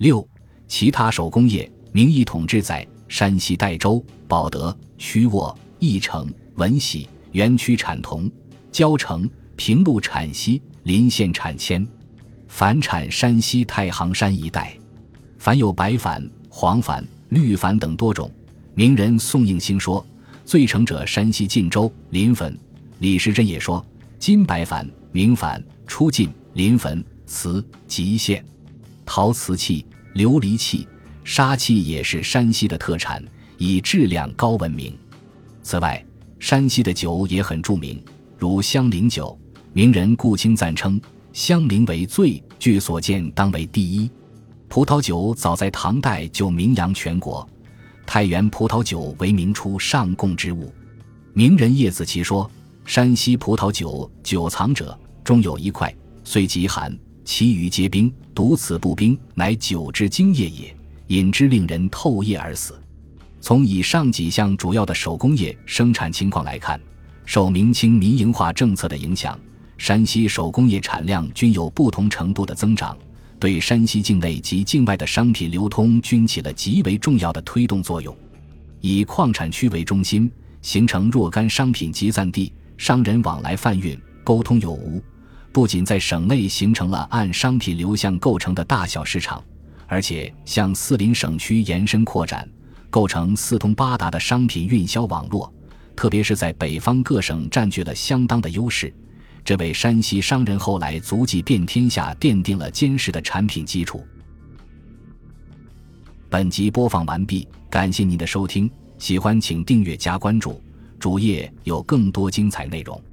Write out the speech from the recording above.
6. 其他手工业名义统治在山西代州、保德、曲沃、义城、闻喜、原区产铜，交城、平陆产锡，临县产铅，矾产山西太行山一带。矾有白矾、黄矾、绿矾等多种。名人宋应星说，最成者山西晋州临汾。李时珍也说，金白矾、明矾出晋临汾、瓷、吉县。陶瓷器、琉璃器、砂器也是山西的特产，以质量高闻名。此外，山西的酒也很著名，如香菱酒，名人顾清赞称香菱为最，据所见当为第一。葡萄酒早在唐代就名扬全国，太原葡萄酒为明初上贡之物。名人叶子奇说，山西葡萄酒久藏者，中有一块，虽极寒，其余皆冰，独此不冰，乃酒之精液也，饮之令人透夜而死。从以上几项主要的手工业生产情况来看，受明清民营化政策的影响，山西手工业产量均有不同程度的增长，对山西境内及境外的商品流通均起了极为重要的推动作用。以矿产区为中心，形成若干商品集散地，商人往来贩运，沟通有无，不仅在省内形成了按商品流向构成的大小市场，而且向四邻省区延伸扩展，构成四通八达的商品运销网络，特别是在北方各省占据了相当的优势，这为山西商人后来足迹遍天下奠定了坚实的产品基础。本集播放完毕，感谢您的收听，喜欢请订阅加关注，主页有更多精彩内容。